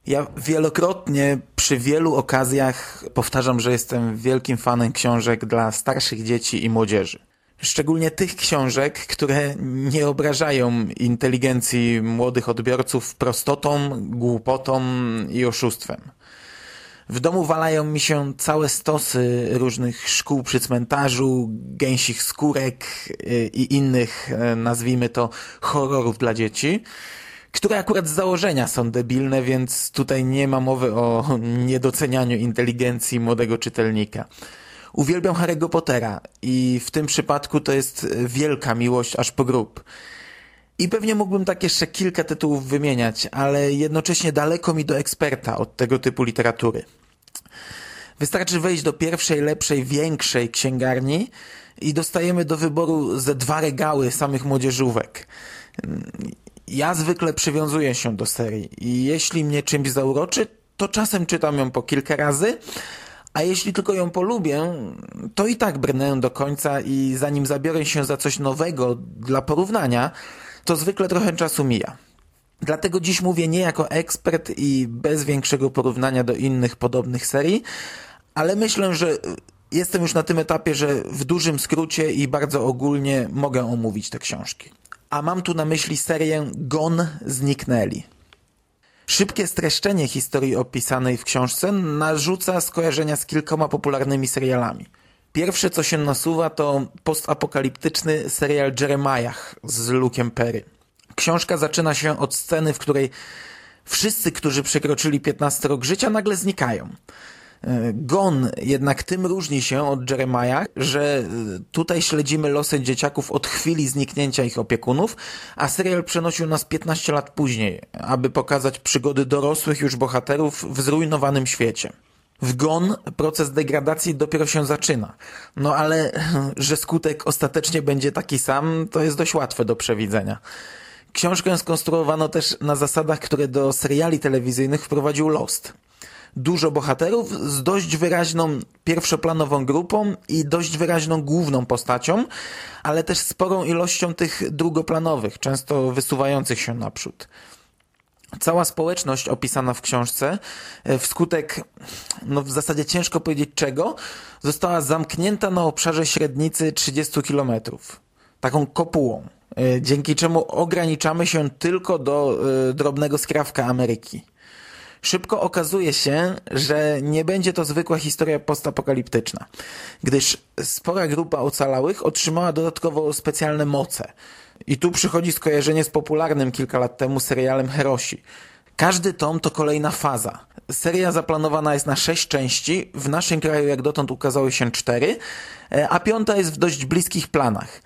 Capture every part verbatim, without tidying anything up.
Ja wielokrotnie przy wielu okazjach powtarzam, że jestem wielkim fanem książek dla starszych dzieci i młodzieży. Szczególnie tych książek, które nie obrażają inteligencji młodych odbiorców prostotą, głupotą i oszustwem. W domu walają mi się całe stosy różnych szkół przy cmentarzu, gęsich skórek i innych, nazwijmy to, horrorów dla dzieci, które akurat z założenia są debilne, więc tutaj nie ma mowy o niedocenianiu inteligencji młodego czytelnika. Uwielbiam Harry'ego Pottera i w tym przypadku to jest wielka miłość aż po grób. I pewnie mógłbym tak jeszcze kilka tytułów wymieniać, ale jednocześnie daleko mi do eksperta od tego typu literatury. Wystarczy wejść do pierwszej, lepszej, większej księgarni i dostajemy do wyboru ze dwa regały samych młodzieżówek. Ja zwykle przywiązuję się do serii i jeśli mnie czymś zauroczy, to czasem czytam ją po kilka razy, a jeśli tylko ją polubię, to i tak brnę do końca i zanim zabiorę się za coś nowego dla porównania, to zwykle trochę czasu mija. Dlatego dziś mówię nie jako ekspert i bez większego porównania do innych podobnych serii, ale myślę, że jestem już na tym etapie, że w dużym skrócie i bardzo ogólnie mogę omówić te książki. A mam tu na myśli serię Gone zniknęli. Szybkie streszczenie historii opisanej w książce narzuca skojarzenia z kilkoma popularnymi serialami. Pierwsze, co się nasuwa, to postapokaliptyczny serial Jeremiah z Luke'em Perry. Książka zaczyna się od sceny, w której wszyscy, którzy przekroczyli piętnasty rok życia, nagle znikają. Gone jednak tym różni się od Jeremiah, że tutaj śledzimy losy dzieciaków od chwili zniknięcia ich opiekunów, a serial przenosił nas piętnaście lat później, aby pokazać przygody dorosłych już bohaterów w zrujnowanym świecie. W Gone proces degradacji dopiero się zaczyna. No ale, że skutek ostatecznie będzie taki sam, to jest dość łatwe do przewidzenia. Książkę skonstruowano też na zasadach, które do seriali telewizyjnych wprowadził Lost. Dużo bohaterów z dość wyraźną pierwszoplanową grupą i dość wyraźną główną postacią, ale też sporą ilością tych drugoplanowych, często wysuwających się naprzód. Cała społeczność opisana w książce wskutek, no w zasadzie ciężko powiedzieć czego, została zamknięta na obszarze średnicy trzydziestu kilometrów. Taką kopułą, dzięki czemu ograniczamy się tylko do y, drobnego skrawka Ameryki. Szybko okazuje się, że nie będzie to zwykła historia postapokaliptyczna, gdyż spora grupa ocalałych otrzymała dodatkowo specjalne moce. I tu przychodzi skojarzenie z popularnym kilka lat temu serialem Herosi. Każdy tom to kolejna faza. Seria zaplanowana jest na sześć części, w naszym kraju jak dotąd ukazały się cztery, a piąta jest w dość bliskich planach.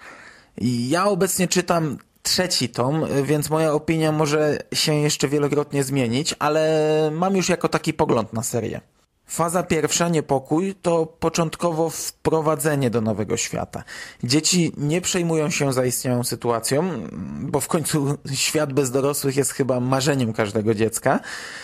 I ja obecnie czytam trzeci tom, więc moja opinia może się jeszcze wielokrotnie zmienić, ale mam już jako taki pogląd na serię. Faza pierwsza, niepokój, to początkowo wprowadzenie do nowego świata. Dzieci nie przejmują się zaistniałą sytuacją, bo w końcu świat bez dorosłych jest chyba marzeniem każdego dziecka.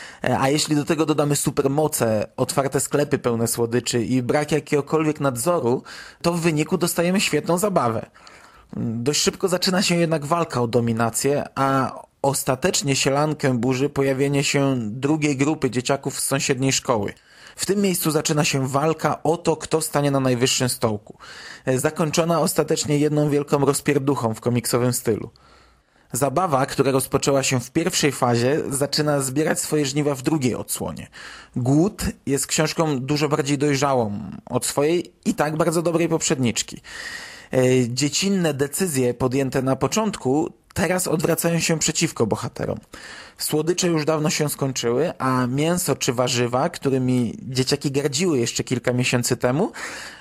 A jeśli do tego dodamy supermoce, otwarte sklepy pełne słodyczy i brak jakiegokolwiek nadzoru, to w wyniku dostajemy świetną zabawę. Dość szybko zaczyna się jednak walka o dominację, a ostatecznie sielankę burzy pojawienie się drugiej grupy dzieciaków z sąsiedniej szkoły. W tym miejscu zaczyna się walka o to, kto stanie na najwyższym stołku. Zakończona ostatecznie jedną wielką rozpierduchą w komiksowym stylu. Zabawa, która rozpoczęła się w pierwszej fazie, zaczyna zbierać swoje żniwa w drugiej odsłonie. Głód jest książką dużo bardziej dojrzałą od swojej i tak bardzo dobrej poprzedniczki. Dziecinne decyzje podjęte na początku teraz odwracają się przeciwko bohaterom. Słodycze już dawno się skończyły, a mięso czy warzywa, którymi dzieciaki gardziły jeszcze kilka miesięcy temu,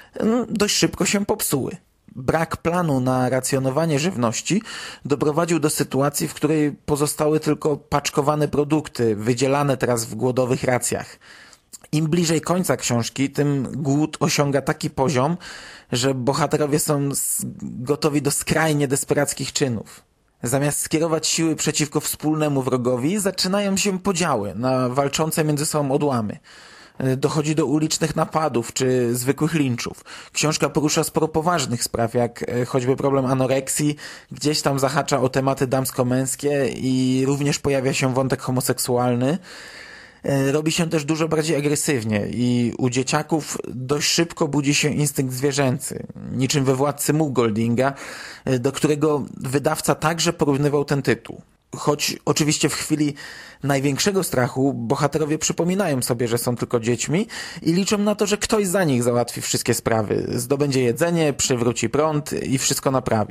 dość szybko się popsuły. Brak planu na racjonowanie żywności doprowadził do sytuacji, w której pozostały tylko paczkowane produkty, wydzielane teraz w głodowych racjach. Im bliżej końca książki, tym głód osiąga taki poziom, że bohaterowie są gotowi do skrajnie desperackich czynów. Zamiast skierować siły przeciwko wspólnemu wrogowi, zaczynają się podziały na walczące między sobą odłamy. Dochodzi do ulicznych napadów czy zwykłych linczów. Książka porusza sporo poważnych spraw, jak choćby problem anoreksji, gdzieś tam zahacza o tematy damsko-męskie i również pojawia się wątek homoseksualny. robi się też dużo bardziej agresywnie i u dzieciaków dość szybko budzi się instynkt zwierzęcy, niczym we Władcy Much Goldinga, do którego wydawca także porównywał ten tytuł. Choć oczywiście w chwili największego strachu bohaterowie przypominają sobie, że są tylko dziećmi i liczą na to, że ktoś za nich załatwi wszystkie sprawy, zdobędzie jedzenie, przywróci prąd i wszystko naprawi.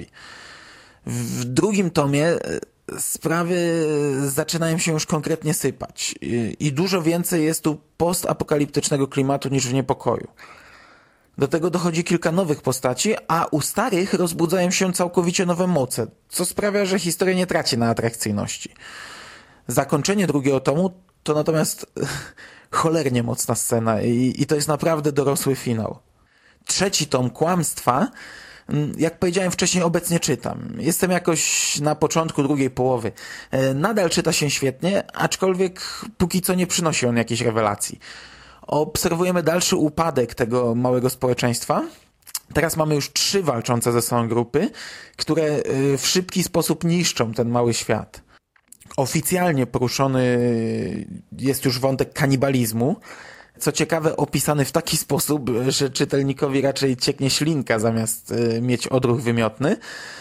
W drugim tomie sprawy zaczynają się już konkretnie sypać i dużo więcej jest tu postapokaliptycznego klimatu niż w Niepokoju. Do tego dochodzi kilka nowych postaci, a u starych rozbudzają się całkowicie nowe moce, co sprawia, że historia nie traci na atrakcyjności. Zakończenie drugiego tomu to natomiast cholernie mocna scena i, i to jest naprawdę dorosły finał. Trzeci tom, Kłamstwa, jak powiedziałem wcześniej, obecnie czytam. Jestem jakoś na początku drugiej połowy. Nadal czyta się świetnie, aczkolwiek póki co nie przynosi on jakiejś rewelacji. Obserwujemy dalszy upadek tego małego społeczeństwa. Teraz mamy już trzy walczące ze sobą grupy, które w szybki sposób niszczą ten mały świat. Oficjalnie poruszony jest już wątek kanibalizmu. Co ciekawe, opisany w taki sposób, że czytelnikowi raczej cieknie ślinka zamiast mieć odruch wymiotny.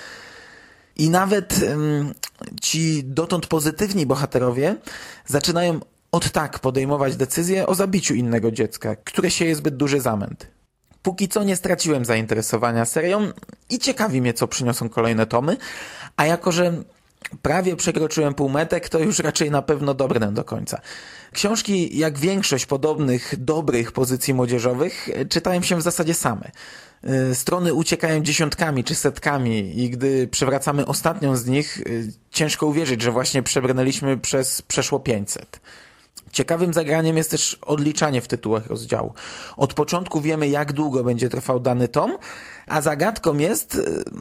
I nawet ci dotąd pozytywni bohaterowie zaczynają od tak podejmować decyzję o zabiciu innego dziecka, które sieje zbyt duży zamęt. Póki co nie straciłem zainteresowania serią i ciekawi mnie, co przyniosą kolejne tomy, a jako że prawie przekroczyłem półmetek, to już raczej na pewno dobrnę do końca. Książki, jak większość podobnych, dobrych pozycji młodzieżowych, czytają się w zasadzie same. Strony uciekają dziesiątkami czy setkami i gdy przewracamy ostatnią z nich, ciężko uwierzyć, że właśnie przebrnęliśmy przez przeszło pięćset. Ciekawym zagraniem jest też odliczanie w tytułach rozdziału. Od początku wiemy, jak długo będzie trwał dany tom, a zagadką jest,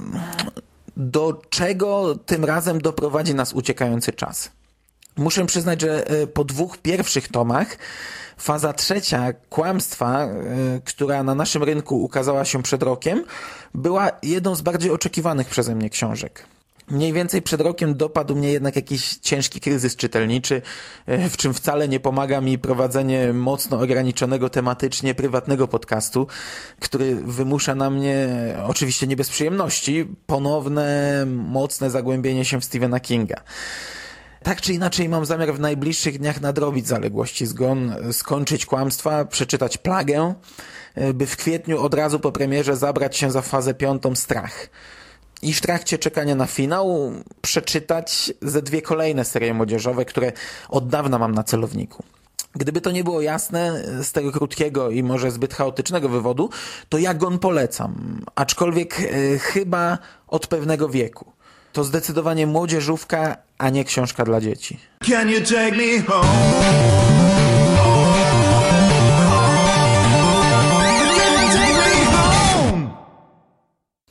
do czego tym razem doprowadzi nas uciekający czas. Muszę przyznać, że po dwóch pierwszych tomach faza trzecia, Kłamstwa, która na naszym rynku ukazała się przed rokiem, była jedną z bardziej oczekiwanych przeze mnie książek. Mniej więcej przed rokiem dopadł mnie jednak jakiś ciężki kryzys czytelniczy, w czym wcale nie pomaga mi prowadzenie mocno ograniczonego tematycznie prywatnego podcastu, który wymusza na mnie, oczywiście nie bez przyjemności, ponowne, mocne zagłębienie się w Stephena Kinga. Tak czy inaczej mam zamiar w najbliższych dniach nadrobić zaległości Zgon, skończyć Kłamstwa, przeczytać Plagę, by w kwietniu od razu po premierze zabrać się za fazę piątą, Strach. I w trakcie czekania na finał przeczytać ze dwie kolejne serie młodzieżowe, które od dawna mam na celowniku. Gdyby to nie było jasne z tego krótkiego i może zbyt chaotycznego wywodu, to ja Gon polecam, aczkolwiek e, chyba od pewnego wieku. To zdecydowanie młodzieżówka, a nie książka dla dzieci. Can you take me home?